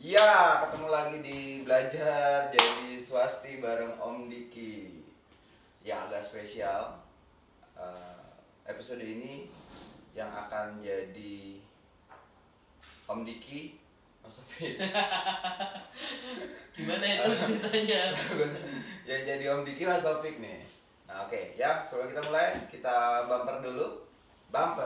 Iya, ketemu lagi di Belajar Jadi Swasti bareng Om Diki. Ya, agak spesial. Episode ini yang akan jadi Om Diki, Mas Sofi. Gimana itu ceritanya? Ya, jadi Om Diki, Mas Taufik nih. Nah, oke, ya, sebelum kita mulai, kita bumper dulu. Bumper.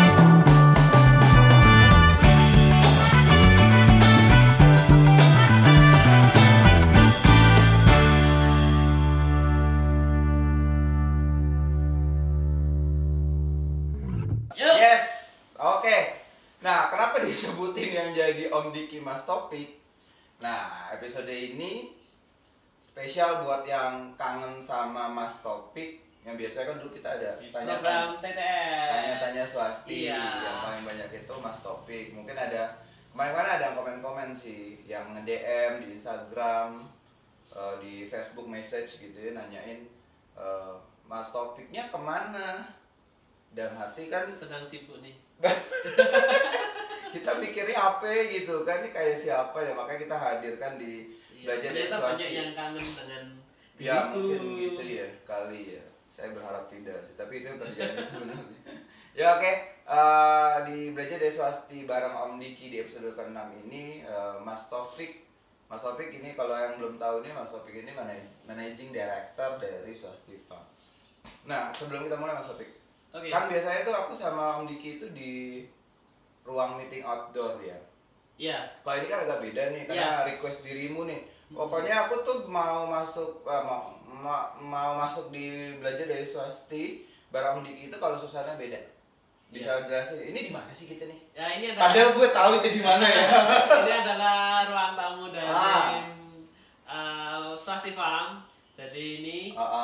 Yuk. Yes, oke. Nah, kenapa disebutin yang jadi Om Diki Mas Topik? Nah, episode ini spesial buat yang kangen sama Mas Topik. Yang biasanya kan dulu kita ada Program TTS. tanya-tanya swasti. Iya. Yang paling banyak itu Mas Topik. Mungkin ada kemarin-kemarin ada yang komen-komen sih, yang nge-DM di Instagram, di Facebook message gitu ya, nanyain Mas Topiknya kemana? Dan hati kan Sedang sibuk nih. kita mikirnya apa gitu kan, ini kayak siapa ya, makanya kita hadirkan di Belajar Dari Ternyata Swasti. banyak yang kangen dengan Ya diriku. mungkin gitu ya, kali ya. Saya berharap tidak sih, tapi itu yang terjadi sebenarnya. Ya oke, di Belajar Dari Swasti bareng Om Diki di episode ke-6 ini, Mas Taufik ini kalau yang belum tahu nih, Mas Taufik ini Managing Director dari Swasti Farm. Nah, sebelum kita mulai Mas Taufik, Oke. kan biasanya tuh aku sama Om Diki itu di ruang meeting outdoor ya. Iya. Kalau ini kan agak beda nih, karena request dirimu nih. Pokoknya aku tuh mau masuk mau masuk di Belajar Dari Swasti bareng Om Diki itu kalau suasananya beda. Bisa jelasin, ini di mana sih kita nih? Ya ini adalah Padahal gue tahu itu di mana ya. ini adalah ruang tamu dari Swasti Farm. Jadi ini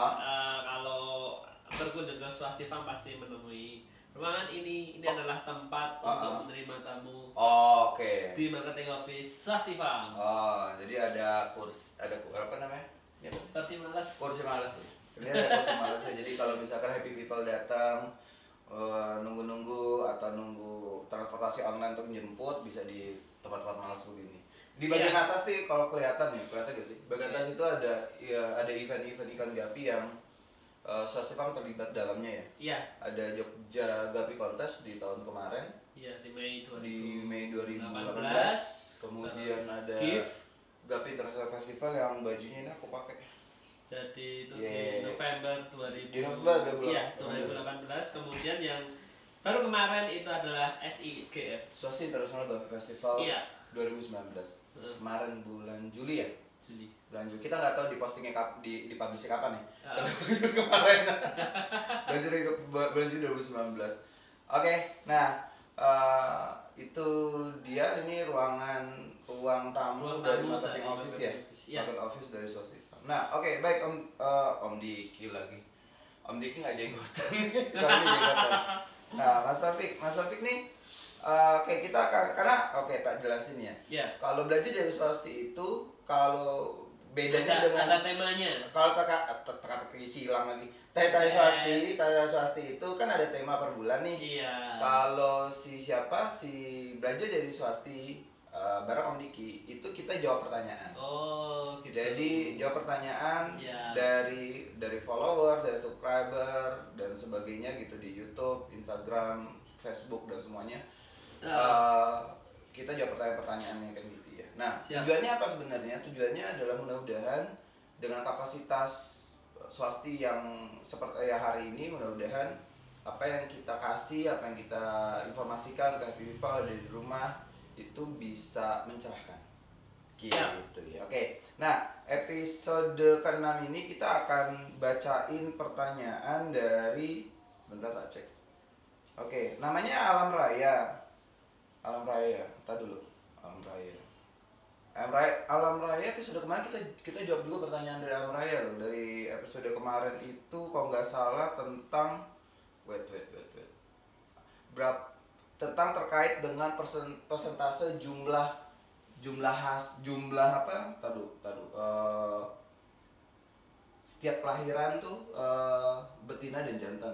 kalau berkunjung ke Swasti Farm pasti menemui ruangan ini. Ini adalah tempat untuk menerima tamu Oh, oke. di marketing office Swasti Farm. Oh, jadi ada apa namanya? Ini apa? Kursi malas. Kursi malas ya. Ini ada kursi malas ya. Jadi kalau misalkan happy people datang nunggu-nunggu atau nunggu transportasi online untuk jemput, bisa di tempat-tempat malas begini. Di bagian atas sih kalau kelihatan gak sih? Bagian atas itu ada event-event ikan gapi yang Swasti Farm terlibat dalamnya ya. Iya. Ada Jogja Gapi Kontes di tahun kemarin. Iya, di Mei 2018. Kemudian ada Gapi International Festival yang bajunya ini aku pakai. Jadi itu di November 2000. Di November 2018. Iya, 2018. Kemudian yang baru kemarin itu adalah SIGF. Swasti International Gapi Festival 2019. Kemarin bulan Juli ya. Bulan Juli. Kita nggak tahu di postingnya di publishnya kapan nih. Kemarin. bulan Juli 2019. Oke, nah itu dia, ini ruang tamu dari marketing office ya. Marketing office dari Swasti. Nah, oke, baik Om Diki lagi. Om Diki nggak jenggotan. Kami jenggotan. Nah, Mas Taufik nih, kayak kita karena tak jelasin ya. Kalau Belajar Dari Swasti itu, kalau bedanya dengan ada temanya. Kalau teka-teki silang lagi. Tanya Swasti itu kan ada tema per bulan nih. Iya. Kalau si Belajar Dari Swasti bareng Om Diki itu kita jawab pertanyaan. Oh, gitu. Jadi jawab pertanyaan dari follower, dari subscriber dan sebagainya gitu di YouTube, Instagram, Facebook dan semuanya. Kita jawab pertanyaan-pertanyaannya kan gitu ya. Nah, tujuannya apa sebenarnya? Tujuannya adalah mudah-mudahan dengan kapasitas Swasti yang seperti hari ini, mudah-mudahan apa yang kita kasih, apa yang kita informasikan ke people dari rumah itu bisa mencerahkan. Gitu ya. Oke. Nah, episode ke-6 ini kita akan bacain pertanyaan dari, sebentar tak cek. Oke, namanya Alam Raya. Entar dulu. Alam Raya episode kemarin kita jawab juga pertanyaan dari Alam Raya loh. Dari episode kemarin itu kalau nggak salah tentang tentang terkait dengan persentase jumlah setiap kelahiran tuh betina dan jantan.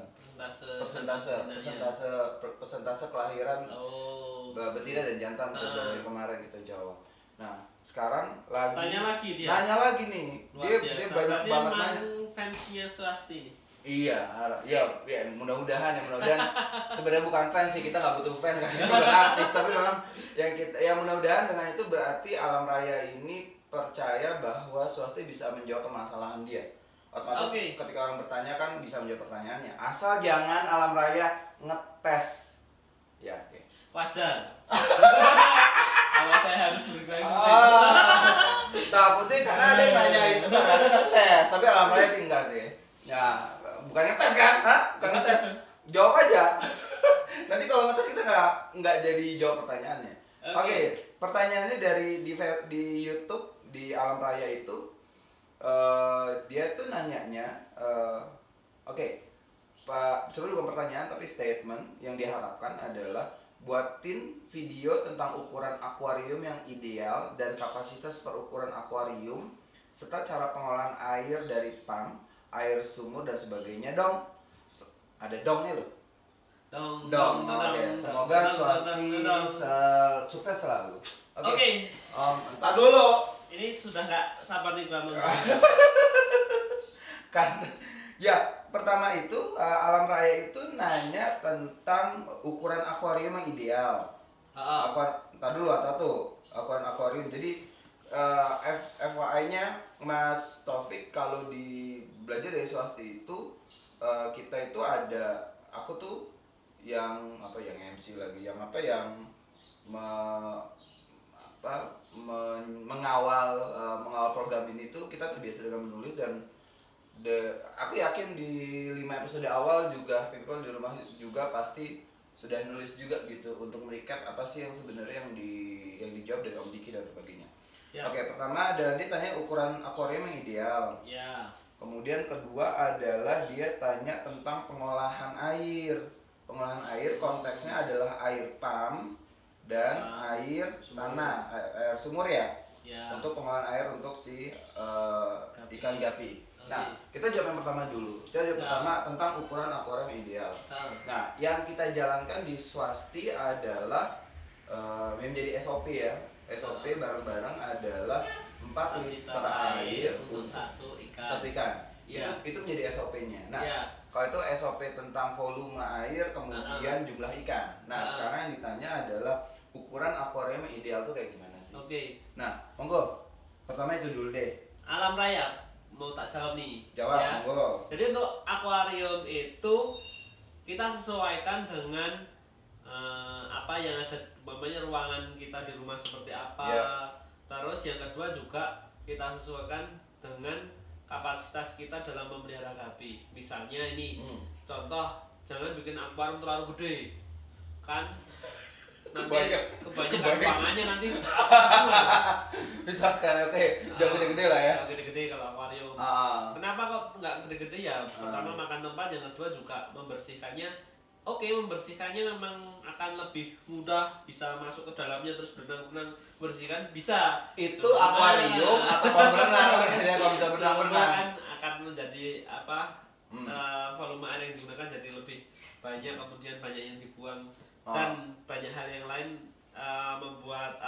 persentase kelahiran betina dan jantan dari kemarin kita jawab. Nah, sekarang lagi nanya lagi nih. Dia banyak banget nanya. Fansnya Swasti nih. Iya, ya mudah-mudahan sebenarnya bukan fans sih, kita nggak butuh fans kan, kita bukan artis, tapi memang yang mudah-mudahan dengan itu berarti Alam Raya ini percaya bahwa Swasti bisa menjawab permasalahan dia. Otomatis ketika orang bertanya kan bisa menjawab pertanyaannya, asal jangan Alam Raya ngetes. Ya, wajar. Kalau saya harus bergerak takutnya karena ada yang nanya itu kan ada ngetes, tapi Alam Raya sih enggak sih. Ya, bukan ngetes kan? Bukan ngetes. Jawab aja. Nanti kalau ngetes kita nggak jadi jawab pertanyaannya. Oke, pertanyaannya di YouTube di Alam Raya itu dia tuh nanyanya Pak, sebenarnya bukan pertanyaan tapi statement yang diharapkan adalah buatin video tentang ukuran akuarium yang ideal dan kapasitas perukuran akuarium serta cara pengolahan air dari pump, air sumur dan sebagainya dong. Ada dongnya loh. Dong. Oke. Semoga Swasti sukses selalu. Oke. Entar dulu. Ini sudah nggak sabar nih Bang. Kan ya, pertama itu Alam Raya itu nanya tentang ukuran akuarium yang ideal. Entar dulu ukuran akuarium. Jadi FYI-nya Mas Taufik, kalau di belajar dari Swasti itu kita itu ada, aku tuh yang MC lagi, mengawal program ini tuh kita terbiasa dengan menulis dan aku yakin di 5 episode awal juga people di rumah juga pasti sudah nulis juga gitu untuk merecap apa sih yang sebenarnya yang dijawab dari Om Diki dan sebagainya. Oke, pertama ada dia tanya ukuran akuarium yang ideal. Ya. Kemudian kedua adalah dia tanya tentang pengolahan air. Pengolahan air konteksnya adalah air pump dan air tanah, air sumur ya. Untuk pengolahan air untuk si ikan gapi. Nah, kita jawab yang pertama dulu. Kita jawab pertama tentang ukuran akuarium yang ideal. Nah, yang kita jalankan di Swasti adalah menjadi SOP ya. SOP bareng-bareng adalah 4 liter air untuk satu ikan. Itu menjadi SOP-nya. Nah, kalau itu SOP tentang volume air, kemudian jumlah ikan. Nah, sekarang yang ditanya adalah ukuran akuarium yang ideal tuh kayak gimana sih? Nah, monggo. Pertama itu dulu deh. Alam Raya, mau tak jawab nih. Jawab, monggo. Jadi untuk akuarium itu kita sesuaikan dengan apa yang ada, umpamanya ruangan kita di rumah seperti apa. Terus yang kedua juga kita sesuaikan dengan kapasitas kita dalam memelihara gapi. Misalnya ini contoh, jangan bikin akuarium terlalu gede kan, kebanyakan ruangannya nanti misalkan jangan gede-gede lah ya. Jangan gede-gede kalau akuarium. Kenapa kok nggak gede-gede ya? Pertama makan tempat, yang kedua juga membersihkannya. Membersihkannya memang akan lebih mudah, bisa masuk ke dalamnya terus berenang-berenang, bersihkan bisa. Itu akuarium atau kolam renang ya, kalau bisa berenang-berenang akan menjadi volume air yang digunakan jadi lebih banyak, kemudian banyak yang dibuang dan banyak hal yang lain membuat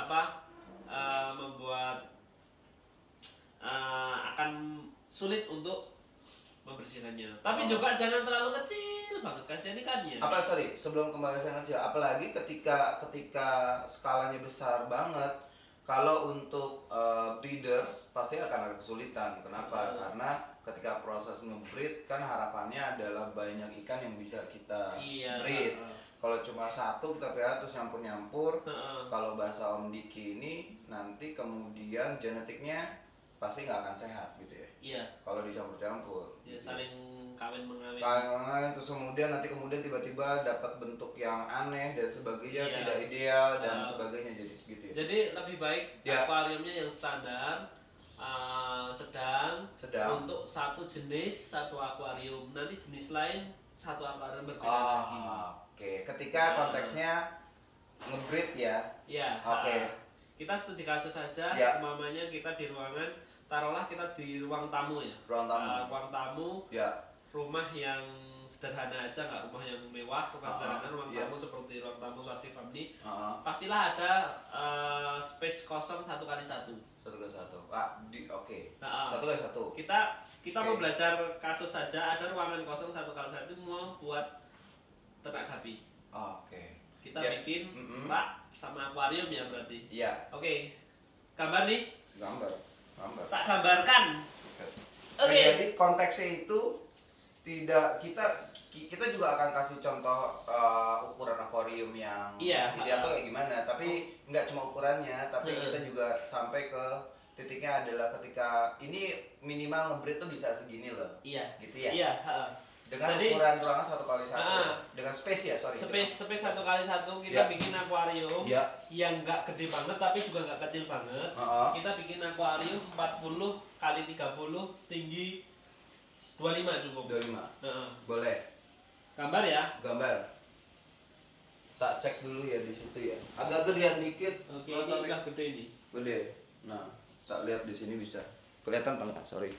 akan sulit untuk membersihkannya. Tapi juga jangan terlalu kecil banget, kasihan ikannya. Sebelum kembali ke kecil, apalagi ketika skalanya besar banget, kalau untuk breeders pasti akan ada kesulitan. Kenapa? Karena ketika proses nge-breed kan harapannya adalah banyak ikan yang bisa kita breed. Kalau cuma satu kita pelihara terus nyampur-nyampur, kalau bahasa Om Diki ini nanti kemudian genetiknya pasti nggak akan sehat gitu ya. Iya. Kalau dicampur-campur. Ya, saling kawin-mengawin. Terus kemudian tiba-tiba dapat bentuk yang aneh dan sebagainya, tidak ideal dan sebagainya jadi gitu ya. Jadi lebih baik akuariumnya yang standar, sedang untuk satu jenis satu akuarium. Nanti jenis lain satu akuarium berbeda lagi. Oke. Ketika konteksnya nge-breed ya. Iya. Kita studi kasus saja, umpamanya kita di ruangan, taruhlah kita di ruang tamu ya. Ruang tamu. Ruang tamu. Rumah yang sederhana aja, nggak rumah yang mewah, rumah sederhana, ruang tamu seperti ruang tamu Swasti Farm ini, pastilah ada space kosong 1x1. 1x1. Oke. 1x1. Kita mau belajar kasus saja, ada ruangan kosong 1x1 mau buat ternak sapi. Oke. Kita bikin rak sama akuarium ya berarti. Iya. Oke. Gambar nih? Gambar. Tak gambarkan. Oke. Jadi konteksnya itu tidak kita juga akan kasih contoh ukuran akuarium yang ideal atau kayak gimana, tapi nggak cuma ukurannya, tapi kita juga sampai ke titiknya adalah ketika ini minimal nge-breed tuh bisa segini loh. Iya. Gitu ya. Iya. Dengan ukuran ruangan 1x1 dengan space ya, space 1x1 kita bikin akuarium yang nggak gede banget tapi juga nggak kecil banget. Kita bikin akuarium 40x30 tinggi 25 cukup. 25. Boleh. Gambar ya? Gambar. Tak cek dulu ya di situ ya. Agak gedean dikit. Oke, ini udah gede ini. Gede. Nah, tak lihat di sini bisa. Kelihatan enggak? Sorry.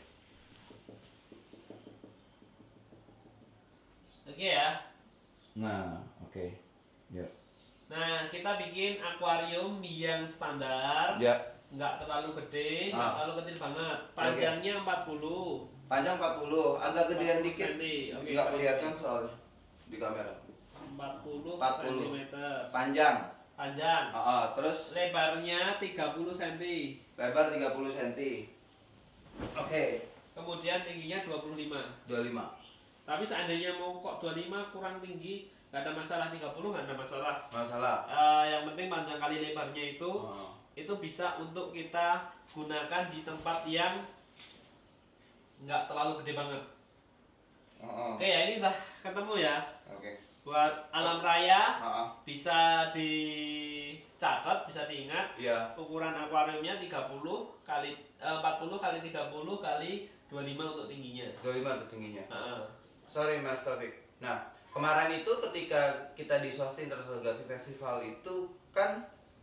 Oke ya. Nah, oke. Ya. Nah, kita bikin akuarium yang standar. Ya. Nggak terlalu gede, nggak terlalu kecil banget. Panjangnya 40. Panjang 40, agak gedean dikit. Nggak kelihatan soalnya di kamera. 40 cm. Panjang. Terus lebarnya 30 cm. Lebar 30 cm. Oke. Kemudian tingginya 25. Tapi seandainya mau kok 25 kurang tinggi, nggak ada masalah. 30 nggak ada masalah. Yang penting panjang kali lebarnya itu bisa untuk kita gunakan di tempat yang nggak terlalu gede banget. Oke ya, ini udah ketemu ya. Oke. Buat alam raya bisa dicatat, bisa diingat. Ukuran akuariumnya 40 kali 30 kali 25 untuk tingginya. 25 untuk tingginya. Sorry Mas Taufik. Nah, kemarin itu ketika kita di Swasti Intersolgavi Festival itu kan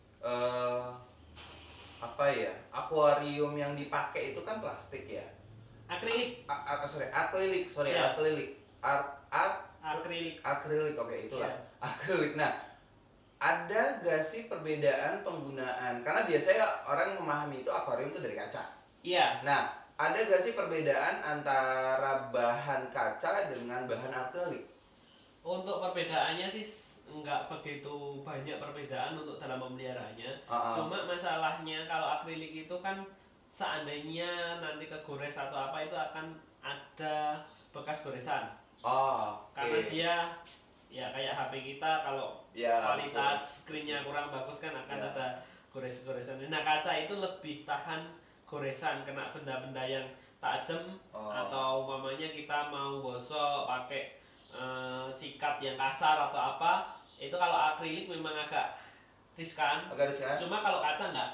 akuarium yang dipakai itu kan plastik ya. Akrilik. Akrilik, oke, itulah. Akrilik. Nah, ada gak sih perbedaan penggunaan? Karena biasanya orang memahami itu akuarium itu dari kaca. Iya. Nah, ada gak sih perbedaan antara bahan kaca dengan bahan akrilik? Untuk perbedaannya sih nggak begitu banyak perbedaan untuk dalam memeliharanya. Cuma masalahnya kalau akrilik itu kan seandainya nanti kegores atau apa itu akan ada bekas goresan. Karena dia ya kayak HP kita kalau kualitas screen-nya kurang bagus kan akan ada gores-goresan. Nah, kaca itu lebih tahan goresan, kena benda-benda yang tajam atau mamanya kita mau gosok pakai sikat yang kasar atau apa, itu kalau akrilik memang agak riskan. Cuma kalau kaca enggak.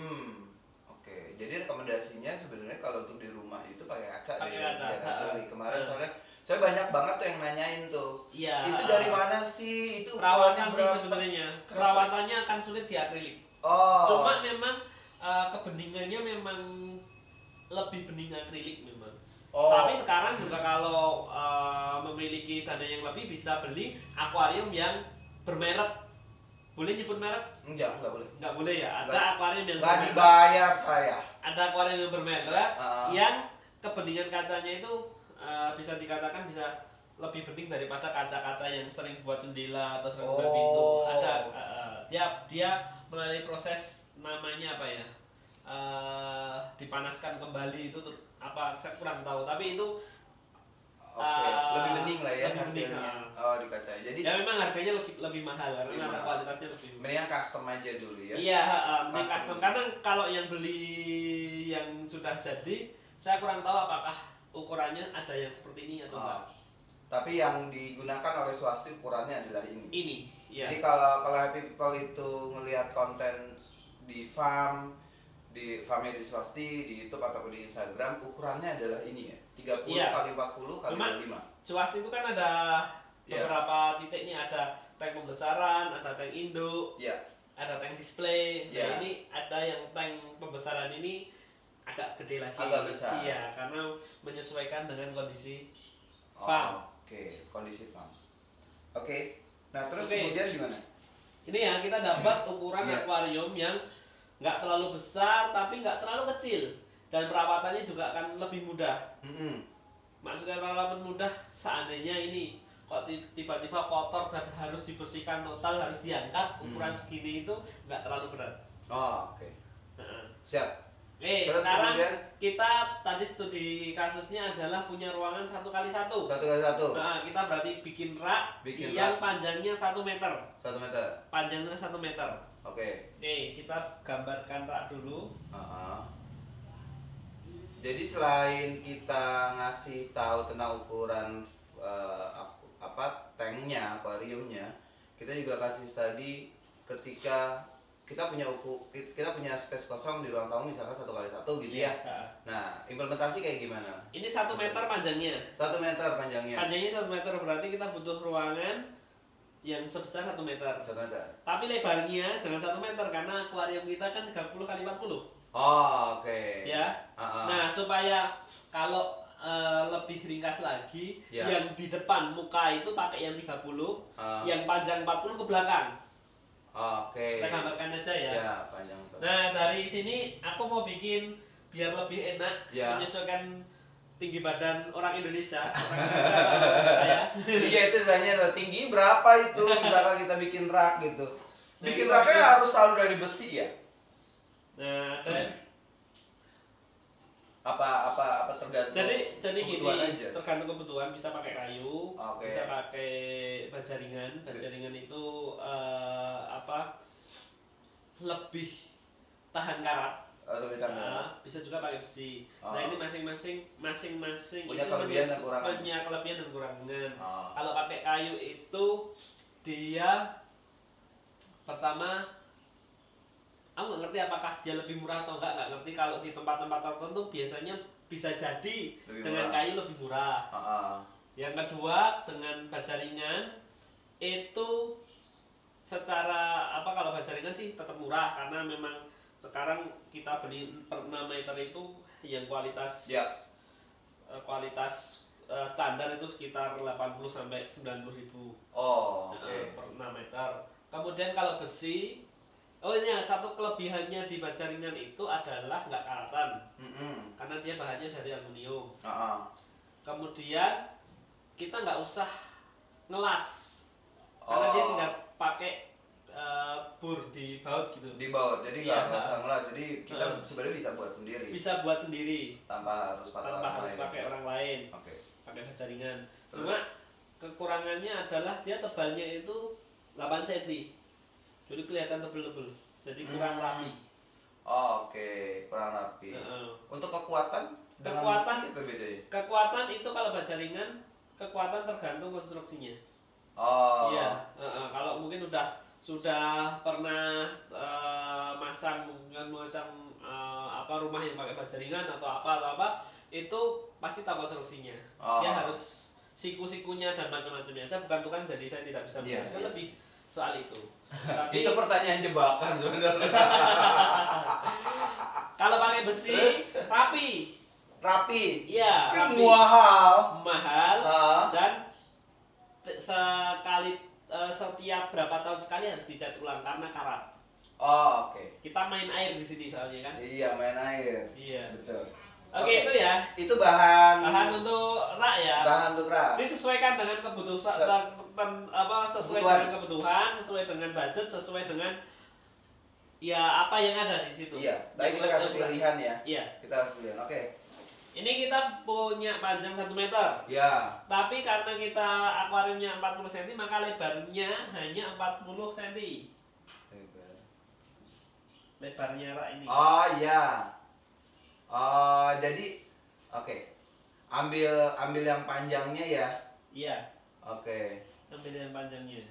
Oke. Jadi rekomendasinya sebenarnya kalau untuk di rumah itu pakai kaca. Kemarin soalnya saya banyak banget tuh yang nanyain tuh. Iya. Itu dari mana sih? Itu perawatan sih sebenarnya. Perawatannya akan sulit di akrilik. Cuma memang kebeningannya memang lebih bening akrilik memang. Tapi sekarang juga kalau memiliki dana yang lebih bisa beli akuarium yang bermerek. Boleh nyebut merek? Enggak boleh. Enggak boleh ya. Ada akuarium yang bermerek. Dibayar saya. Ada akuarium yang bermerek yang kebeningan kacanya itu bisa dikatakan bisa lebih bening daripada kaca-kaca yang sering buat jendela atau sering buat pintu. Ada dia melalui proses namanya apa ya? Dipanaskan kembali itu apa saya kurang tahu, tapi itu lebih bening lah ya hasilnya. Di kaca. Jadi ya memang harganya lebih mahal karena kualitasnya lebih. Mendingan custom aja dulu ya. Iya, mending custom karena kalau yang beli yang sudah jadi saya kurang tahu apakah ukurannya ada yang seperti ini atau enggak. Tapi yang digunakan oleh Swasti ukurannya adalah ini. Iya. Jadi kalau happy people itu ngelihat konten di farmnya di Swasti, di YouTube ataupun di Instagram, ukurannya adalah ini ya, 30 kali 40 kali 25. Swasti itu kan ada beberapa titik nih, ada tank pembesaran, ada tank induk, ada tank display. Nah, ini ada yang tank pembesaran ini agak gede lagi. Agak besar. Iya, karena menyesuaikan dengan kondisi farm. Oke, kondisi farm. Oke. Nah, terus kemudian gimana? Ini ya, kita dapat ukuran akuarium yang nggak terlalu besar tapi nggak terlalu kecil, dan perawatannya juga akan lebih mudah. Maksudnya perawatan mudah, seandainya ini kok tiba-tiba kotor dan harus dibersihkan total, harus diangkat, ukuran segini itu nggak terlalu berat. Oke. Siap. Terus sekarang kemudian, kita tadi studi kasusnya adalah punya ruangan 1x1. 1x1. Nah, kita berarti bikin rak yang panjangnya 1 meter. 1 meter. Panjangnya 1 meter. Oke. Kita gambarkan rak dulu. Jadi selain kita ngasih tahu tentang ukuran tanknya, akuariumnya, kita juga kasih tadi ketika kita punya space kosong di ruang tamu misalkan 1x1 gitu ya. Nah, implementasi kayak gimana? Ini 1 meter panjangnya. 1 meter panjangnya. Panjangnya 1 meter, berarti kita butuh ruangan yang sebesar 1 meter. 1 meter. Tapi lebarnya jangan 1 meter karena akuarium kita kan 30x40. Oke. Ya. Nah, supaya kalau lebih ringkas lagi, yang di depan muka itu pakai yang 30, yang panjang 40 ke belakang. Oke. Kita gambarkan aja ya. Ya, panjang. Nah, dari sini aku mau bikin biar lebih enak menyesuaikan tinggi badan orang Indonesia. Saya. Iya, itu tanya tuh, tinggi berapa itu misalkan kita bikin rak gitu. Bikin raknya harus selalu dari besi ya? Nah, apa tergantung jadi gini aja. Tergantung kebutuhan, bisa pakai kayu, bisa pakai bajaringan itu lebih tahan karat. Bisa juga pakai besi. Nah, ini masing-masing punya kelebihan dan kekurangan. Punya kelebihan dan kekurangan. Kalau pakai kayu itu dia pertama, aku nggak ngerti apakah dia lebih murah atau nggak ngerti. Kalau di tempat-tempat tertentu biasanya bisa jadi lebih dengan murah. Kayu lebih murah. Yang kedua, dengan bajaringan itu secara kalau bajaringan sih tetap murah karena memang sekarang kita beli per 6 meter itu yang kualitas standar itu sekitar 80 sampai 90 ribu per 6 meter. Kemudian kalau besi, ini satu kelebihannya di bajaringan itu adalah nggak karatan, karena dia bahannya dari aluminium. Kemudian kita nggak usah ngelas, karena dia tinggal pakai bur di baut gitu. Di baut, jadi nggak usah ngelas. Jadi kita sebenarnya bisa buat sendiri. Bisa buat sendiri. Tanpa harus pakai orang lain. Pakai bajaringan. Cuma kekurangannya adalah dia tebalnya itu 8 cm. Jadi kelihatan tebel-tebel. Jadi kurang rapi. Kurang rapi. Untuk kekuatan berbeda ya? Kekuatan itu kalau bajaringan, kekuatan tergantung konstruksinya. Kalau mungkin sudah pernah masang rumah yang pakai bajaringan atau apa itu pasti tahu konstruksinya. Dia harus siku-sikunya dan macam-macamnya. Saya bukan tukang, jadi saya tidak bisa menjelaskan lebih soal itu. Tapi itu pertanyaan jebakan sebenarnya. Kalau pakai besi rapi. Iya, rapi. Mahal. Dan setiap berapa tahun sekali harus dicat ulang karena karat. Kita main air di sini soalnya kan? Iya, main air. Iya. Betul. Itu ya. Itu bahan untuk rak ya. Bahan untuk rak. Disesuaikan dengan kebutuhan, sesuai dengan kebutuhan, sesuai dengan budget, sesuai dengan apa yang ada di situ. Iya. Tapi kita kasih pilihan ya. Iya. Kita harus pilihan. Ini kita punya panjang 1 meter. Ya. Tapi karena kita akuariumnya 40 cm, maka lebarnya hanya 40 cm. Lebarnya rak ini. Jadi ambil yang panjangnya ya. Iya. Ambil yang panjangnya.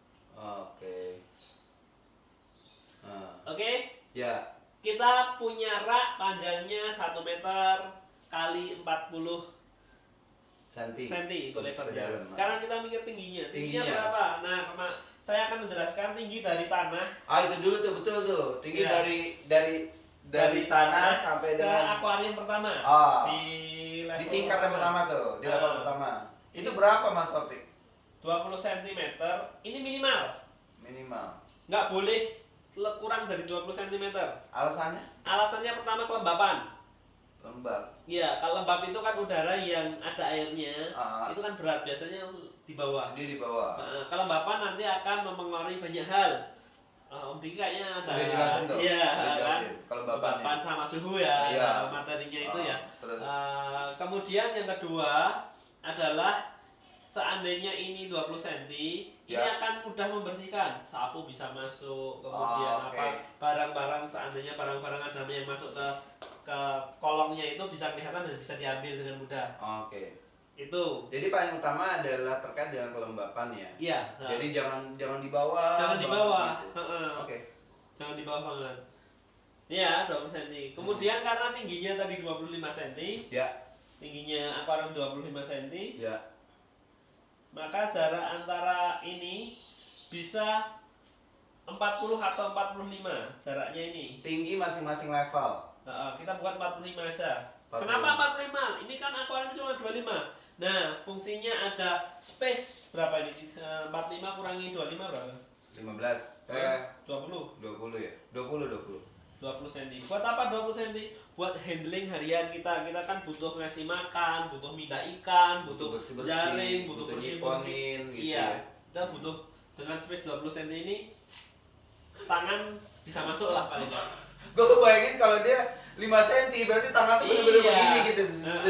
Ya. Kita punya rak panjangnya 1 meter kali 40 cm itu lebarnya. Sekarang kita mikir tingginya berapa? Nah, saya akan menjelaskan tinggi dari tanah. Itu dulu tuh, betul tuh. Tinggi dari tanah sampai dengan akuarium pertama. Di tingkat yang pertama tuh, di level pertama. Itu berapa Mas Topik? 20 cm. Ini minimal. Nggak boleh kurang dari 20 cm. Alasannya? Alasannya pertama kelembapan. Lembab. Iya, kalau lembab itu kan udara yang ada airnya, itu kan berat, biasanya di bawah. Dia di bawah. Kelembapan nanti akan mempengaruhi banyak hal. Om Diki kayaknya ada. Udah jelasin tuh. Iya, kan. Kelembapan sama suhu ya, iya. materinya itu ya. Terus. Kemudian yang kedua adalah seandainya ini 20 cm, ini akan mudah membersihkan. Sapu bisa masuk, kemudian barang-barang, seandainya barang-barang adam yang masuk ke kolongnya itu bisa kelihatan dan bisa diambil dengan mudah. Itu. Jadi paling utama adalah terkait dengan kelembapan ya. Iya. Jadi jangan di bawah. Jangan di bawah. Gitu. Jangan di bawah banget. Iya, 20 cm. Kemudian karena tingginya tadi 25 cm. Ya. Tingginya akuarium 25 cm. Ya. Maka jarak antara ini bisa 40 atau 45 jaraknya ini. Tinggi masing-masing level. Kita buat 45 aja. 45. Kenapa 45? Ini kan akuarium cuma 25. Nah, fungsinya ada space berapa ini? 45 kurangi 25 berapa? 15. 20 ya? 20 cm. Buat apa 20 cm? Buat handling harian kita. Kita kan butuh ngasih makan, butuh minta ikan, butuh jaring, butuh bersih-bersih gitu. Iya. Kita butuh dengan space 20 cm ini tangan bisa masuk lah paling enggak. Gue kebayangin kalau dia 5 cm berarti tangan tuh bener-bener begini gitu.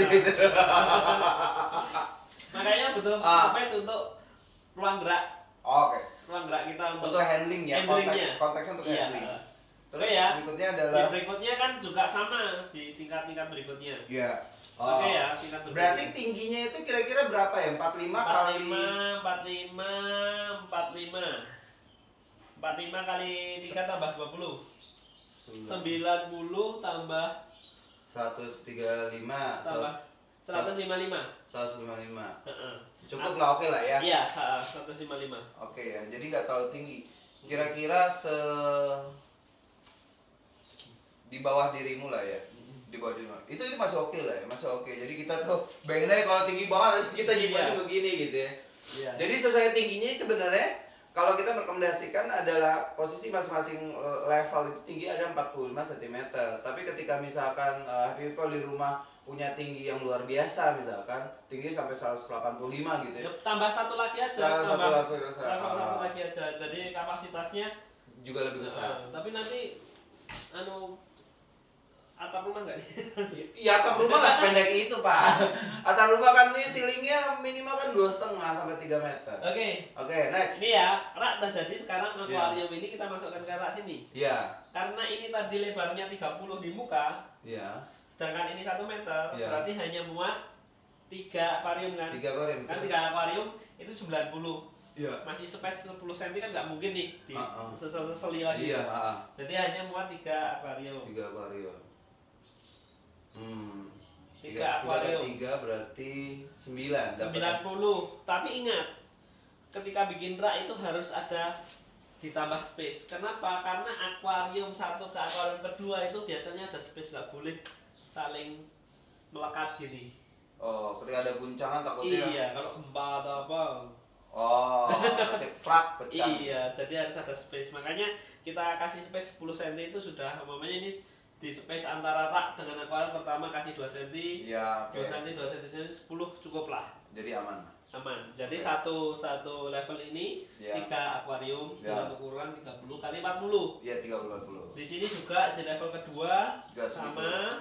Makanya butuh space untuk ruang gerak. Ruang gerak kita untuk handling ya, konteksnya untuk handling. Terus berikutnya adalah berikutnya kan juga sama di tingkat-tingkat berikutnya. Iya. Tingkat berikutnya. Berarti tingginya itu kira-kira berapa ya? 45 kali 3 tambah 20. 90 tambah 135 tambah 155. Cukup lah, oke lah ya. Iya, 155. Oke ya, jadi nggak terlalu tinggi. Kira-kira di bawah dirimu lah ya. Di bawah dirimu. Itu masih oke lah ya, masih oke. Jadi kita tuh bayangin aja kalau tinggi banget kita nyimpannya begini gitu ya. Iya. Jadi sesuai tingginya sebenarnya kalau kita merekomendasikan adalah posisi masing-masing level itu tinggi ada 45 cm. Tapi ketika misalkan Happy People di rumah punya tinggi yang luar biasa, misalkan tinggi sampai 185 gitu ya. Tambah satu lagi aja, tambah satu lagi aja. Jadi kapasitasnya juga lebih besar. Tapi nanti atap rumah nggak nih? Ya atap rumah nggak sependek itu Pak. Atap rumah kan ini ceilingnya minimal kan 2,5 sampai 3 meter. Oke, next. Ini ya, rak. Jadi sekarang akuarium ini kita masukkan ke rak sini. Iya. Karena ini tadi lebarnya 30 di muka. Iya. Sedangkan ini 1 meter, berarti hanya muat 3 akuarium kan? 3 akuarium. Kan 3 akuarium itu 90. Iya. Masih space 10 cm kan nggak mungkin nih di seseli lagi. Iya. Jadi hanya muat 3 akuarium. 3 akuarium. 3 akuarium. 3 berarti 90. Tapi ingat, ketika bikin rak itu harus ada ditambah space. Kenapa? Karena akuarium satu ke akuarium kedua itu biasanya ada space, nggak boleh saling melekat gini. Ketika ada guncangan takutnya. Iya, kalau gempa atau apa. Nanti prak pecah. Iya, jadi harus ada space. Makanya kita kasih space 10 cm itu sudah, umpamanya ini di space antara rak dengan akuarium pertama kasih 2 cm. Iya, 2 cm, 10 cukup lah. Jadi aman. Jadi satu level ini 3 akuarium dengan ukuran 30 kali 40. Iya, 30 40. Di sini juga di level kedua sama.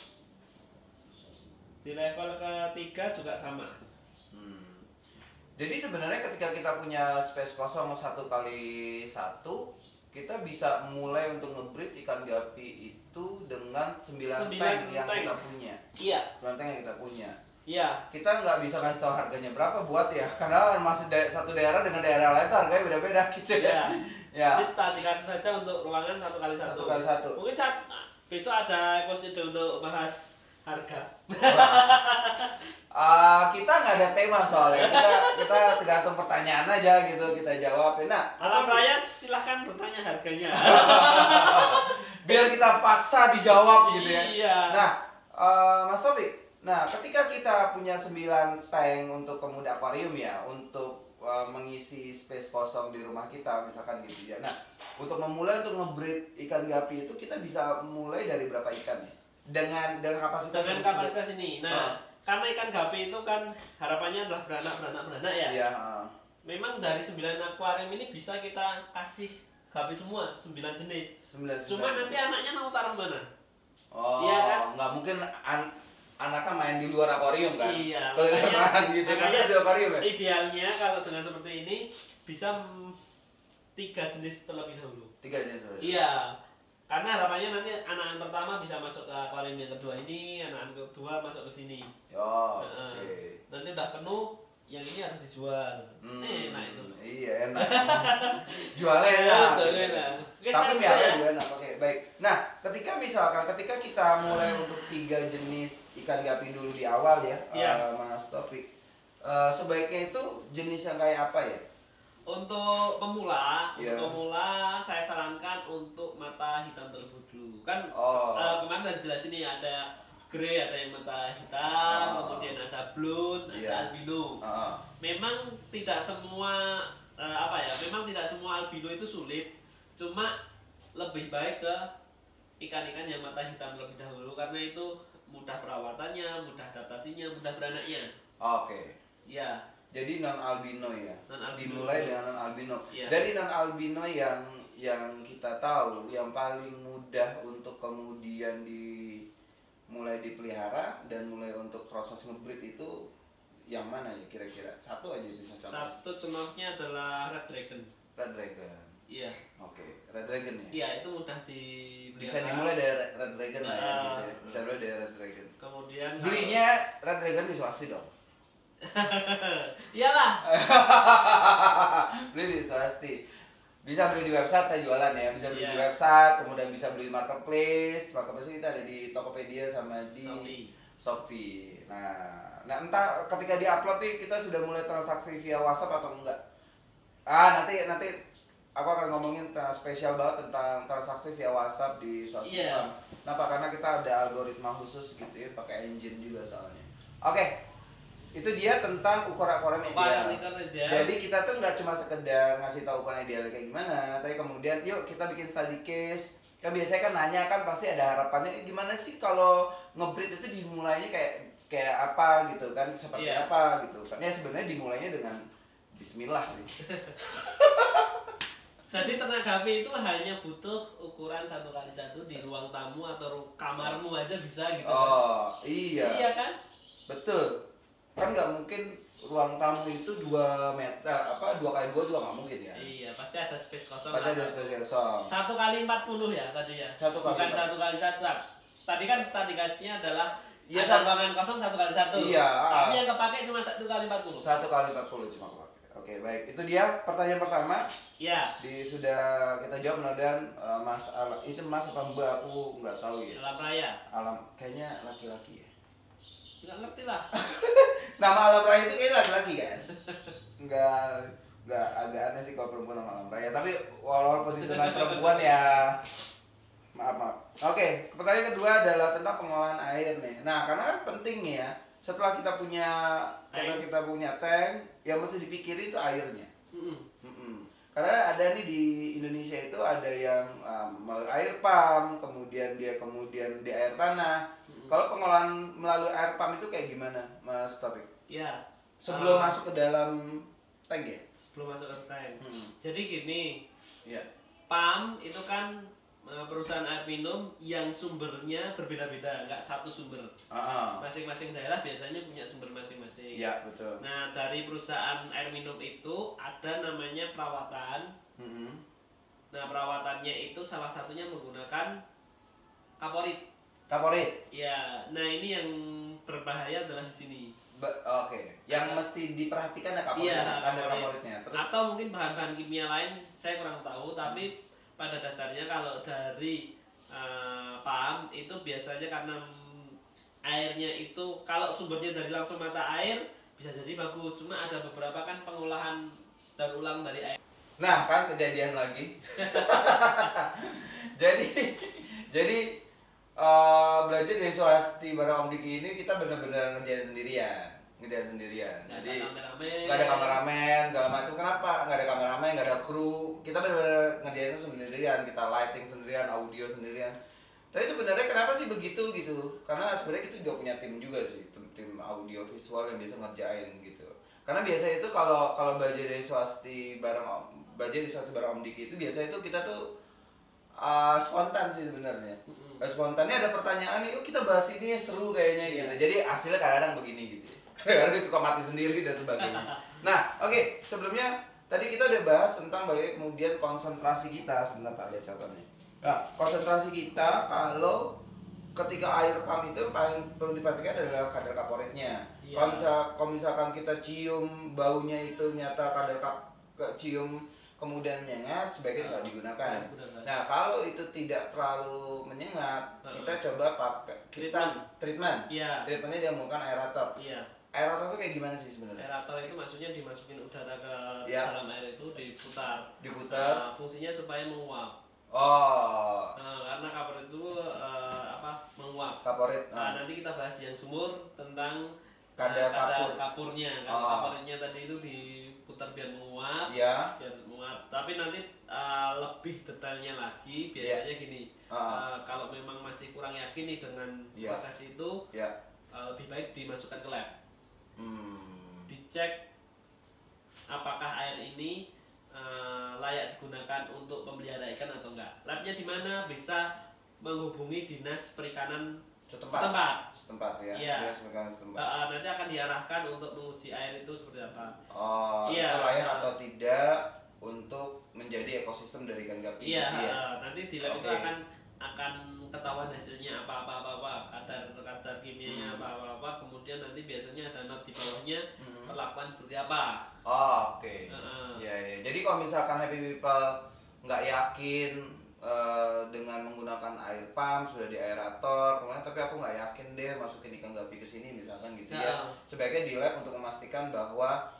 Di level ketiga juga sama. Jadi sebenarnya ketika kita punya space kosong 1 kali 1, kita bisa mulai untuk nge-breed ikan gapi itu dengan 9 tank yang kita punya. Iya. 9 tank yang kita punya. Iya. Kita nggak bisa ngasih tahu harganya berapa buat ya, karena masih satu daerah dengan daerah lain tuh harganya beda-beda gitu ya. Ya. Jadi dikasih saja untuk ruangan 1 kali 1. 1 kali 1. Mungkin besok ada episode untuk bahas harga. Kita nggak ada tema soalnya, kita tergantung pertanyaan aja gitu kita jawab. Nah, Alam Raya silahkan bertanya harganya. Biar kita paksa dijawab gitu ya. Iya. Nah, Mas Taufik, Nah, ketika kita punya 9 tank untuk kemudian akuarium ya, untuk mengisi space kosong di rumah kita misalkan gitu ya. Nah, untuk memulai untuk nge-breed ikan gapi itu kita bisa mulai dari berapa ikan ya? Dengan kapasitas ini. Nah, karena ikan gapi itu kan harapannya adalah beranak ya. Iya, memang dari 9 akuarium ini bisa kita kasih gapi semua 9 jenis. 9. Cuma nanti anaknya mau taruh mana? Oh, iya kan? Nggak mungkin anaknya main di luar akuarium kan? Iya. Keliling gitu. Makanya di akuarium ya. Idealnya kalau dengan seperti ini bisa 3 jenis terlebih dahulu. 3 jenis. Iya. Karena harapannya nanti anak pertama bisa masuk ke akuarium yang kedua ini, anak kedua masuk ke sini. Oh, oke. Nanti udah penuh, yang ini harus dijual. Enak itu. Iya, enak. Jualnya enak. Tapi biarnya juga enak. Oke, baik. Nah, ketika kita mulai untuk 3 jenis ikan gapi dulu di awal ya, Mas Topik. Sebaiknya itu jenis yang kayak apa ya? Untuk pemula saya sarankan untuk mata hitam terlebih dulu. Kan kemarin udah jelasin nih ada grey, ada yang mata hitam, kemudian ada blonde, ada albino. Memang tidak semua memang tidak semua albino itu sulit. Cuma lebih baik ke ikan-ikan yang mata hitam lebih dahulu karena itu mudah perawatannya, mudah adaptasinya, mudah beranaknya. Oke. Ya. Jadi non albino ya. Dimulai dengan non albino. Ya. Dari non albino yang kita tahu yang paling mudah untuk kemudian mulai dipelihara dan mulai untuk proses nge-breed itu yang mana ya kira-kira? Satu aja bisa contoh. Satu contohnya adalah Red Dragon. Red Dragon. Iya. Oke, Red Dragon ya. Iya, itu mudah dipelihara. Bisa dimulai dari Red Dragon lah ya gitu ya. Bisa mulai dari Red Dragon. Kemudian belinya Red Dragon di swasti dong. Iyalah. Beli di swasti. Bisa beli di website, saya jualan ya. Bisa beli di website, kemudian bisa beli di marketplace. Marketplace kita ada di Tokopedia sama di Shopee. Nah, entah ketika di-upload nih kita sudah mulai transaksi via WhatsApp atau enggak. Nanti aku akan ngomongin spesial banget tentang transaksi via WhatsApp di Swasti Farm. Kenapa? Karena kita ada algoritma khusus gitu ya, pakai engine juga soalnya. Oke. Itu dia tentang ukuran ideal. Jadi kita tuh nggak cuma sekedar ngasih tahu ukuran ideal kayak gimana, tapi kemudian yuk kita bikin study case. Kan biasanya kan nanya kan pasti ada harapannya gimana sih kalau nge-breed itu dimulainya kayak apa gitu kan, seperti apa gitu kan. Ya sebenarnya dimulainya dengan bismillah sih. Jadi ternak gapi itu hanya butuh ukuran 1x1 di ruang tamu atau kamarmu aja bisa gitu. Oh, kan? Iya. Iya kan? Betul. Kan nggak mungkin ruang tamu itu 2 meter, 2x2 juga nggak mungkin ya. Iya, pasti ada space kosong. Pasti ada space kosong. 1x40 ya tadi ya. Bukan 1x1. Tadi kan statikasinya adalah ada ruangan kosong 1x1. Iya. Tapi yang kepake cuma 1x40. 1x40 cuma kepake. Oke, baik. Itu dia pertanyaan pertama. Iya. Sudah kita jawab mudah-mudahan Mas itu Mas apa Mbak aku nggak tahu ya. Alam Raya. Kayaknya laki-laki ya. Nggak ngerti lah. Nama Alam Raya itu kayaknya laki-laki kan? Nggak agak aneh sih kalau perempuan nama Alam Raya. Tapi walaupun itu nama perempuan ya maaf. Oke, pertanyaan kedua adalah tentang pengolahan air nih. Nah, karena kan penting nih ya. Setelah kita punya tank, yang mesti dipikirin itu airnya. Karena ada nih di Indonesia itu ada yang melalui air pump, kemudian di air tanah. Kalau pengolahan melalui air pump itu kayak gimana, Mas Topik? Ya. Sebelum masuk ke dalam tank ya? Sebelum masuk ke tank. Jadi gini. Ya. Pump itu kan perusahaan air minum yang sumbernya berbeda-beda, nggak satu sumber. Masing-masing daerah biasanya punya sumber masing-masing. Ya, betul. Nah, dari perusahaan air minum itu ada namanya perawatan. Nah, perawatannya itu salah satunya menggunakan kaporit. Kaporit? Ya, nah ini yang berbahaya adalah di sini. Oke. Yang mesti diperhatikan ya kaporitnya, kadar kaporitnya. Terus? Atau mungkin bahan-bahan kimia lain, saya kurang tahu, tapi pada dasarnya kalau dari pump itu biasanya karena airnya itu kalau sumbernya dari langsung mata air bisa jadi bagus, cuma ada beberapa kan pengolahan daur ulang dari air. Nah kan kejadian lagi. jadi belajar dari Swasti bareng Om Diki ini kita benar-benar ngerjain sendirian. Jadi nggak ada kameramen, segala macam. Kenapa? Nggak ada kameramen, nggak ada kru. Kita benar-benar ngerjain itu sendirian. Kita lighting sendirian, audio sendirian. Tapi sebenarnya kenapa sih begitu gitu? Karena sebenarnya kita juga punya tim juga sih, tim audio visual yang biasa ngerjain gitu. Karena biasanya itu kalau belajar dari Swasti bareng Om Diki itu biasanya itu kita tuh spontan sih sebenarnya. Spontannya ada pertanyaan nih, yuk kita bahas ini seru kayaknya gitu. Jadi hasilnya kadang-kadang begini gitu. Kadang-kadang itu kok mati sendiri dan sebagainya. Nah, oke, sebelumnya tadi kita udah bahas tentang bagaimana kemudian konsentrasi kita. Sebentar tak lihat catatannya. Nah, konsentrasi kita kalau ketika air pump itu paling perlu diperhatikan adalah kadar kaporitnya. Kalau misalkan kita cium baunya itu nyata kadar cium kemudian menyengat, sebaiknya nggak digunakan. Nah, kalau itu tidak terlalu menyengat, kita coba pakai treatment. Treatmentnya dia menggunakan aerator. Aerator itu kayak gimana sih sebenarnya? Aerator itu maksudnya dimasukin udara ke dalam air itu diputar. Fungsinya supaya menguap. Karena kaporit itu menguap. Nanti kita bahas yang sumur tentang kadar kapurnya. Kaporitnya tadi itu diputar biar menguap. Tapi nanti lebih detailnya lagi biasanya gini. Kalau memang masih kurang yakin nih dengan proses itu, lebih baik dimasukkan ke lab. Dicek apakah air ini layak digunakan untuk memelihara ikan atau enggak. Labnya di mana? Bisa menghubungi dinas perikanan setempat ya. Nanti akan diarahkan untuk menguji air itu seperti apa. Itu layak atau tidak untuk menjadi ekosistem dari ikan gapi. Nanti di lab itu akan ketahuan hasilnya apa kadar kimianya apa, kemudian nanti biasanya ada not di bawahnya perlakuan seperti apa. Jadi kalau misalkan Happy People nggak yakin dengan menggunakan air pump sudah di aerator, kemudian tapi aku nggak yakin deh masukin ikan gapi ke sini misalkan gitu ya, sebaiknya di lab untuk memastikan bahwa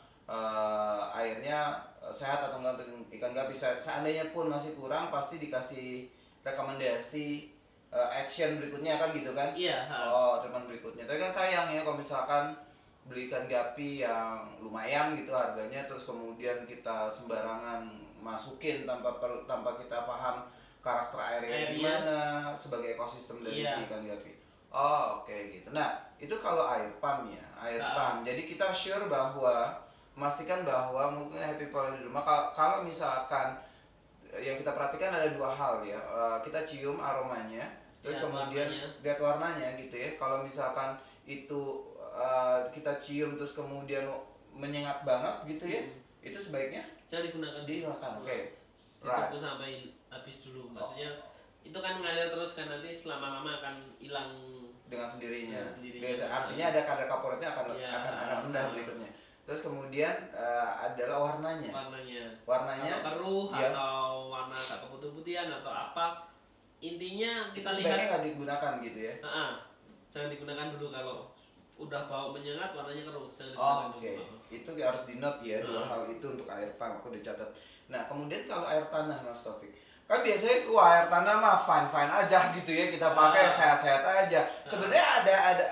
airnya sehat atau enggak untuk ikan gapi. Seandainya pun masih kurang, pasti dikasih rekomendasi action berikutnya kan gitu kan? Treatment berikutnya. Tapi kan sayang ya kalau misalkan beli ikan gapi yang lumayan gitu harganya, terus kemudian kita sembarangan masukin tanpa kita paham karakter airnya gimana sebagai ekosistem dari si ikan gapi. Gitu. Nah, itu kalau air pump ya, pump. Jadi kita sure bahwa memastikan bahwa mungkin Happy People di rumah kalau misalkan yang kita perhatikan ada dua hal ya, kita cium aromanya, terus kemudian lihat warnanya gitu ya. Kalau misalkan itu kita cium terus kemudian menyengat banget gitu ya, itu sebaiknya jangan digunakan. Ditunggu sampai habis dulu, maksudnya itu kan ngalir terus kan, nanti selama-lama akan hilang dengan sendirinya. Artinya ada kadar kaporitnya akan rendah berikutnya. Terus kemudian adalah warnanya. Kalau keruh atau warna agak keputih-putihan atau apa, intinya kita lihat. Sebaiknya nggak digunakan gitu ya? Jangan digunakan dulu. Kalau udah bau menyengat, warnanya keruh, jangan digunakan dulu. Itu harus di note ya, dua hal itu untuk air pump, aku dicatat. Nah kemudian kalau air tanah Mas Taufik, kan biasanya air tanah mah fine aja gitu ya, kita pakai sehat-sehat aja. Sebenarnya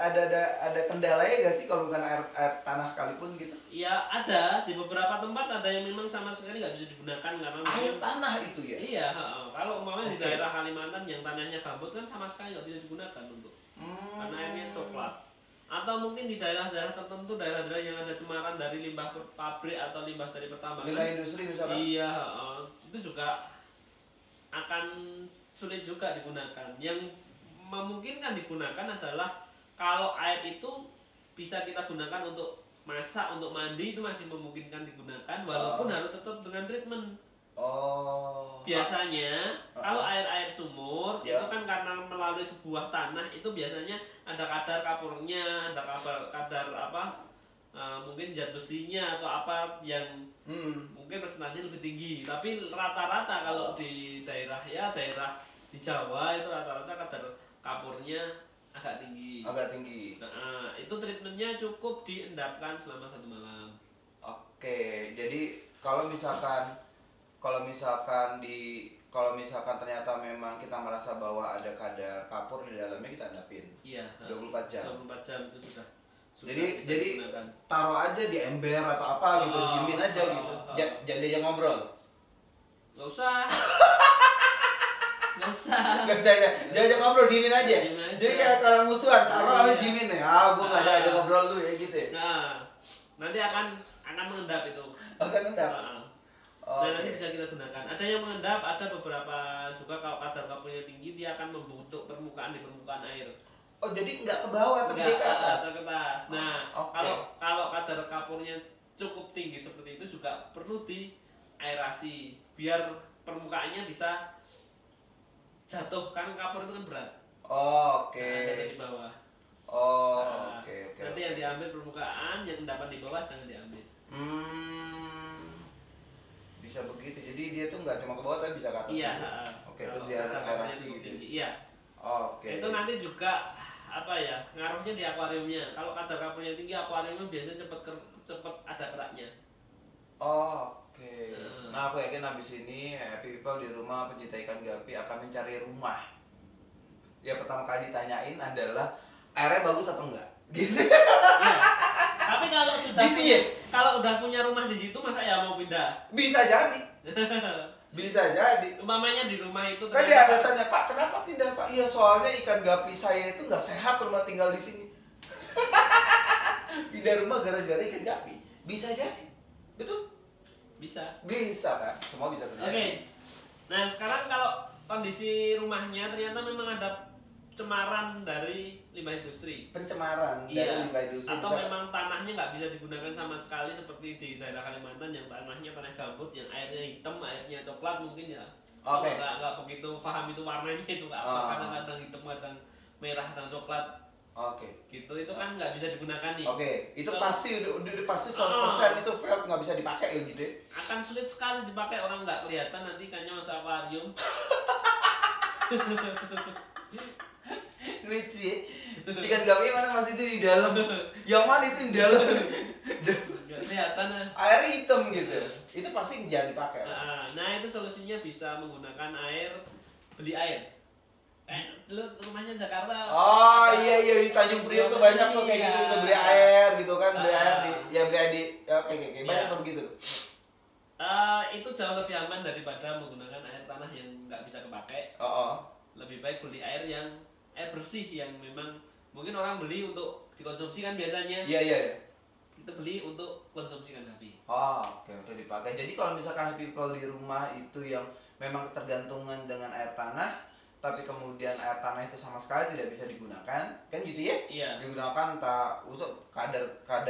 ada kendalanya gak sih kalau bukan air tanah sekalipun gitu? Iya ada, di beberapa tempat ada yang memang sama sekali nggak bisa digunakan karena air tanah itu ya. Iya, kalau umpamanya di daerah Kalimantan yang tanahnya gambut kan sama sekali nggak bisa digunakan untuk karena airnya coklat. Atau mungkin di daerah-daerah tertentu, daerah-daerah yang ada cemaran dari limbah pabrik atau limbah dari pertambangan, limbah industri misalkan. Iya, itu juga akan sulit juga digunakan. Yang memungkinkan digunakan adalah kalau air itu bisa kita gunakan untuk masak, untuk mandi, itu masih memungkinkan digunakan walaupun harus tetap dengan treatment. Biasanya kalau air sumur itu kan karena melalui sebuah tanah, itu biasanya ada kadar kapurnya, ada kadar apa, mungkin zat besinya atau apa yang mungkin presentasi lebih tinggi. Tapi rata-rata kalau di daerah di Jawa itu rata-rata kadar kapurnya agak tinggi. Nah, itu treatmentnya cukup diendapkan selama 1 malam. Jadi kalau misalkan kalau misalkan ternyata memang kita merasa bahwa ada kadar kapur di dalamnya, kita endapin. Iya. 24 jam. 24 jam itu sudah jadi taruh aja di ember atau apa gitu, diemin aja gitu. Jangan diajak ngobrol. Nggak usah. Jangan ngobrol, diemin aja. Jadi kayak kalau musuhan, taruh aja diemin ya. Gue nggak ada ngobrol lu ya gitu ya. Nah, nanti akan mengendap itu. Akan mengendap. Dan nanti bisa kita gunakan. Ada yang mengendap, ada beberapa juga kalau kadar kapurnya tinggi dia akan membentuk permukaan di permukaan air. Oh, jadi nggak ke bawah tapi ke atas. Ke atas. Nah, kalau kadar kapurnya cukup tinggi seperti itu juga perlu diaerasi biar permukaannya bisa jatuh, kan kapur itu kan berat. Oke. Jatuh di bawah. Oke. Nanti yang diambil permukaan, yang endapan di bawah jangan diambil. Bisa begitu. Jadi dia tuh nggak cuma ke bawah tapi bisa ke atas. Iya. Oke, itu aerasi gitu. Iya. Oke. Itu nanti juga ngaruhnya di akuariumnya. Kalau kadar kapurnya tinggi, akuariumnya biasanya cepet ada keraknya. Oke. Nah, aku yakin habis ini happy people di rumah pencinta ikan gapi akan mencari rumah. Ya pertama kali ditanyain adalah airnya bagus atau enggak? Gitu. Iya. Tapi kalau sudah gitu ya? Kalau udah punya rumah di situ, masa ya mau pindah? Bisa jadi. Bisa jadi. Umpamanya di rumah itu kan dia alasannya, Pak, kenapa pindah, Pak? Iya, soalnya ikan gapi saya itu nggak sehat rumah tinggal di sini. Pindah rumah gara-gara ikan gapi. Bisa jadi. Betul? Bisa kan? Semua bisa terjadi. Oke. Nah, sekarang kalau kondisi rumahnya ternyata memang ada pencemaran dari limbah industri. Pencemaran dari limbah industri. Atau memang tanahnya nggak bisa digunakan sama sekali seperti di daerah Kalimantan yang tanahnya tanah gambut, yang airnya hitam, airnya coklat mungkin ya. Oke. Nggak begitu paham itu warnanya itu apa, kadang-kadang hitam, kadang merah, kadang coklat. Oke. Gitu, itu kan nggak bisa digunakan nih. Oke, itu pasti 100% itu failed, nggak bisa dipakai ya gitu. Akan sulit sekali dipakai, orang nggak kelihatan nanti ikannya masuk akuarium. Lucu. Ikan gapi mana masih itu di dalam. Yang mana itu di dalam? Nggak kelihatan. Air hitam gitu. Itu pasti jangan dipakai. Nah, itu solusinya bisa menggunakan beli air. Lu rumahnya Jakarta. Oh iya di Tanjung Priok tuh banyak tuh kayak gitu, kita beli air gitu kan, beli air di kayak banyak tuh begitu. Itu jauh lebih aman daripada menggunakan air tanah yang nggak bisa kepakai. Lebih baik beli air bersih yang memang mungkin orang beli untuk dikonsumsi kan biasanya. Iya. Kita beli untuk konsumsi kan gapi. Oke, untuk dipakai. Jadi kalau misalkan people di rumah itu yang memang ketergantungan dengan air tanah, tapi kemudian air tanah itu sama sekali tidak bisa digunakan, kan gitu ya? Iya. Digunakan entah kadar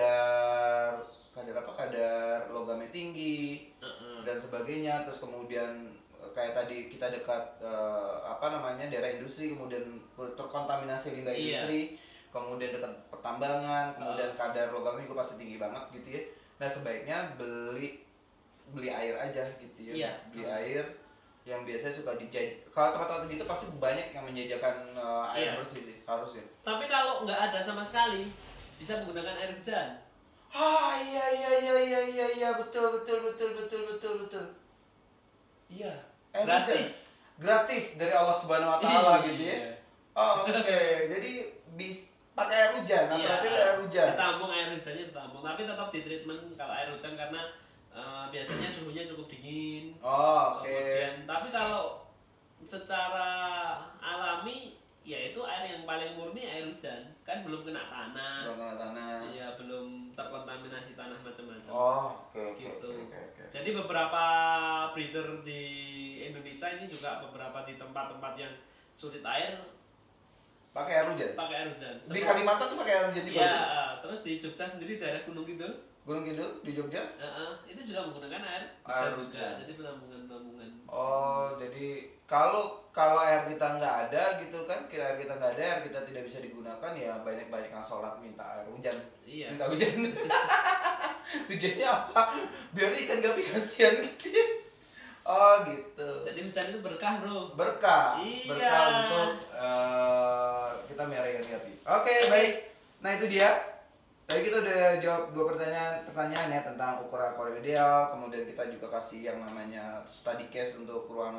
logamnya tinggi dan sebagainya, terus kemudian kayak tadi kita dekat daerah industri, kemudian terkontaminasi limbah industri, kemudian dekat pertambangan, kemudian kadar logamnya juga pasti tinggi banget gitu ya. Nah, sebaiknya beli air aja gitu ya. Iya. Beli air yang biasanya suka kalau tempat-tempat gitu pasti banyak yang menjajakan air bersih sih, harusnya. Tapi kalau nggak ada sama sekali, bisa menggunakan air hujan. Iya, betul. Iya, air gratis dari Allah Subhanahu wa taala gitu ya. Oke. Jadi pakai air hujan, alternatif air hujan. Ditampung air hujannya ditampung, tapi tetap di treatment kalau air hujan karena biasanya suhunya cukup dingin. Oke. Tapi kalau secara alami ya itu air yang paling murni air hujan, kan belum kena tanah. Iya, belum terkontaminasi tanah macam-macam. Oke. Jadi beberapa breeder di Indonesia ini juga beberapa di tempat-tempat yang sulit air pakai air hujan. Di Kalimantan tuh pakai air hujan juga. Iya, terus di Jogja sendiri daerah Gunung Kidul di Jogja? Itu juga menggunakan air juga. Jadi penampungan. Jadi kalau air kita nggak ada gitu kan, air kita nggak ada, air kita tidak bisa digunakan, ya banyak sholat minta air hujan. Iya. Minta hujan. Tujuannya apa? Biar ikan gapi kasihan gitu. Gitu. Jadi hujan itu berkah, bro. Berkah. Iya. Berkah untuk kita melihara ikan gapi. Oke, baik. Nah, itu dia. Tadi kita udah jawab 2 pertanyaan ya tentang ukuran akuarium ideal, kemudian kita juga kasih yang namanya study case untuk ruangan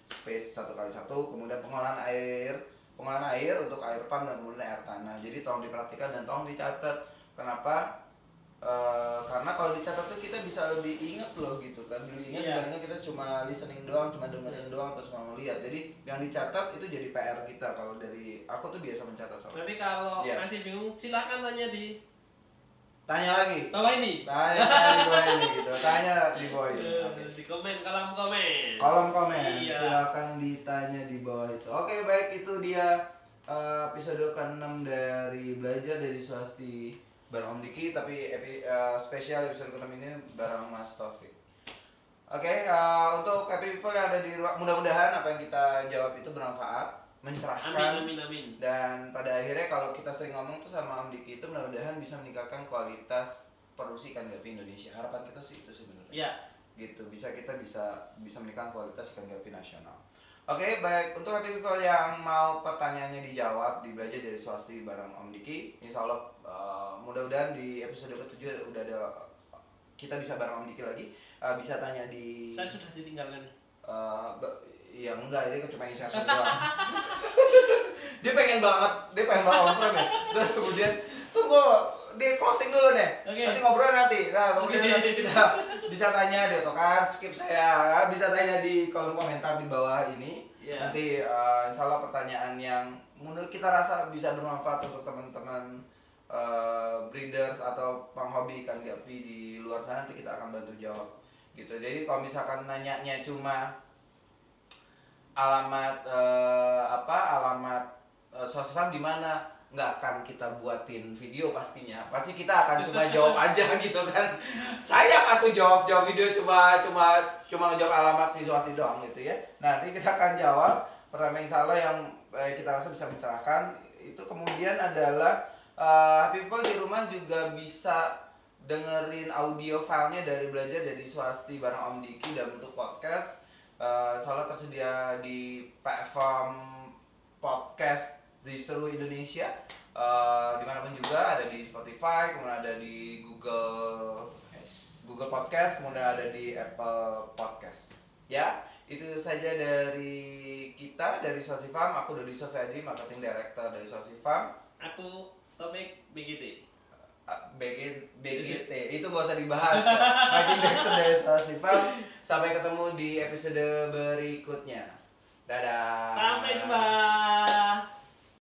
space 1x1, kemudian pengolahan air untuk air pump dan kemudian air tanah. Jadi tolong diperhatikan dan tolong dicatat. Kenapa? Karena kalau dicatat tuh kita bisa lebih ingat loh gitu kan, lebih ingat dibandingkan kita cuma listening doang, cuma dengerin doang atau cuma melihat. Jadi yang dicatat itu jadi PR kita. Kalau dari aku tuh biasa mencatat soalnya. Nanti kalau masih bingung silahkan tanya lagi. Bawah ini. Tanya di bawah ini gitu. Tanya di bawah ini. Di kolom komen. Kolom komen. Silakan ditanya di bawah itu. Oke, baik, itu dia episode ke-6 dari Belajar dari Swasti bareng Om Diki, tapi spesial episode ke-6 ini bareng Mas Taufik. Oke, untuk happy people yang ada di ruang, mudah-mudahan apa yang kita jawab itu bermanfaat, mencerahkan. Amin. Dan pada akhirnya kalau kita sering ngomong tuh sama Om Diki itu mudah-mudahan bisa meningkatkan kualitas produksi ikan gapi Indonesia. Harapan kita sih itu sebenarnya. Iya. Gitu, kita bisa meningkatkan kualitas ikan gapi nasional. Oke, baik, untuk happy people yang mau pertanyaannya dijawab di Belajar dari Swasti bareng Om Diki, insya Allah mudah-mudahan di episode ke-7 udah ada, kita bisa bareng Om Diki lagi, bisa tanya di... Saya sudah ditinggalkan. Ya enggak, ini cuma insertion doang. Dia pengen banget on-frame ya. Terus kemudian tunggu di closing dulu deh. Okay. Nanti ngobrol nanti. Nah, kemudian nanti kita bisa tanya deh, toh kan skip saya. Bisa tanya di kolom komentar di bawah ini. Yeah. Nanti insya Allah pertanyaan yang menurut kita rasa bisa bermanfaat untuk teman-teman breeders atau penghobi ikan gapi di luar sana, nanti kita akan bantu jawab. Gitu. Jadi kalau misalkan nanyanya cuma alamat Swasti Farm di mana, nggak akan kita buatin video pastinya. Pasti kita akan cuma jawab aja gitu kan. Saya akan tuh jawab video cuma ngejawab alamat si Swasti doang gitu ya. Nanti kita akan jawab pertama insya Allah yang kita rasa bisa mencerahkan. Itu kemudian adalah people di rumah juga bisa dengerin audio filenya dari Belajar dari Swasti bareng Om Diki dalam bentuk podcast. Soalnya tersedia di platform podcast di seluruh Indonesia, dimanapun juga, ada di Spotify, kemudian ada di Google Podcast, kemudian ada di Apple Podcast. Ya, itu saja dari kita, dari Swasti Farm. Aku Dodi Sofyadi, Marketing Director dari Swasti Farm. Aku Topik BGT. BGT itu gak usah dibahas ya. Marketing Director dari Swasti Farm. Sampai ketemu di episode berikutnya. Dadah. Sampai jumpa.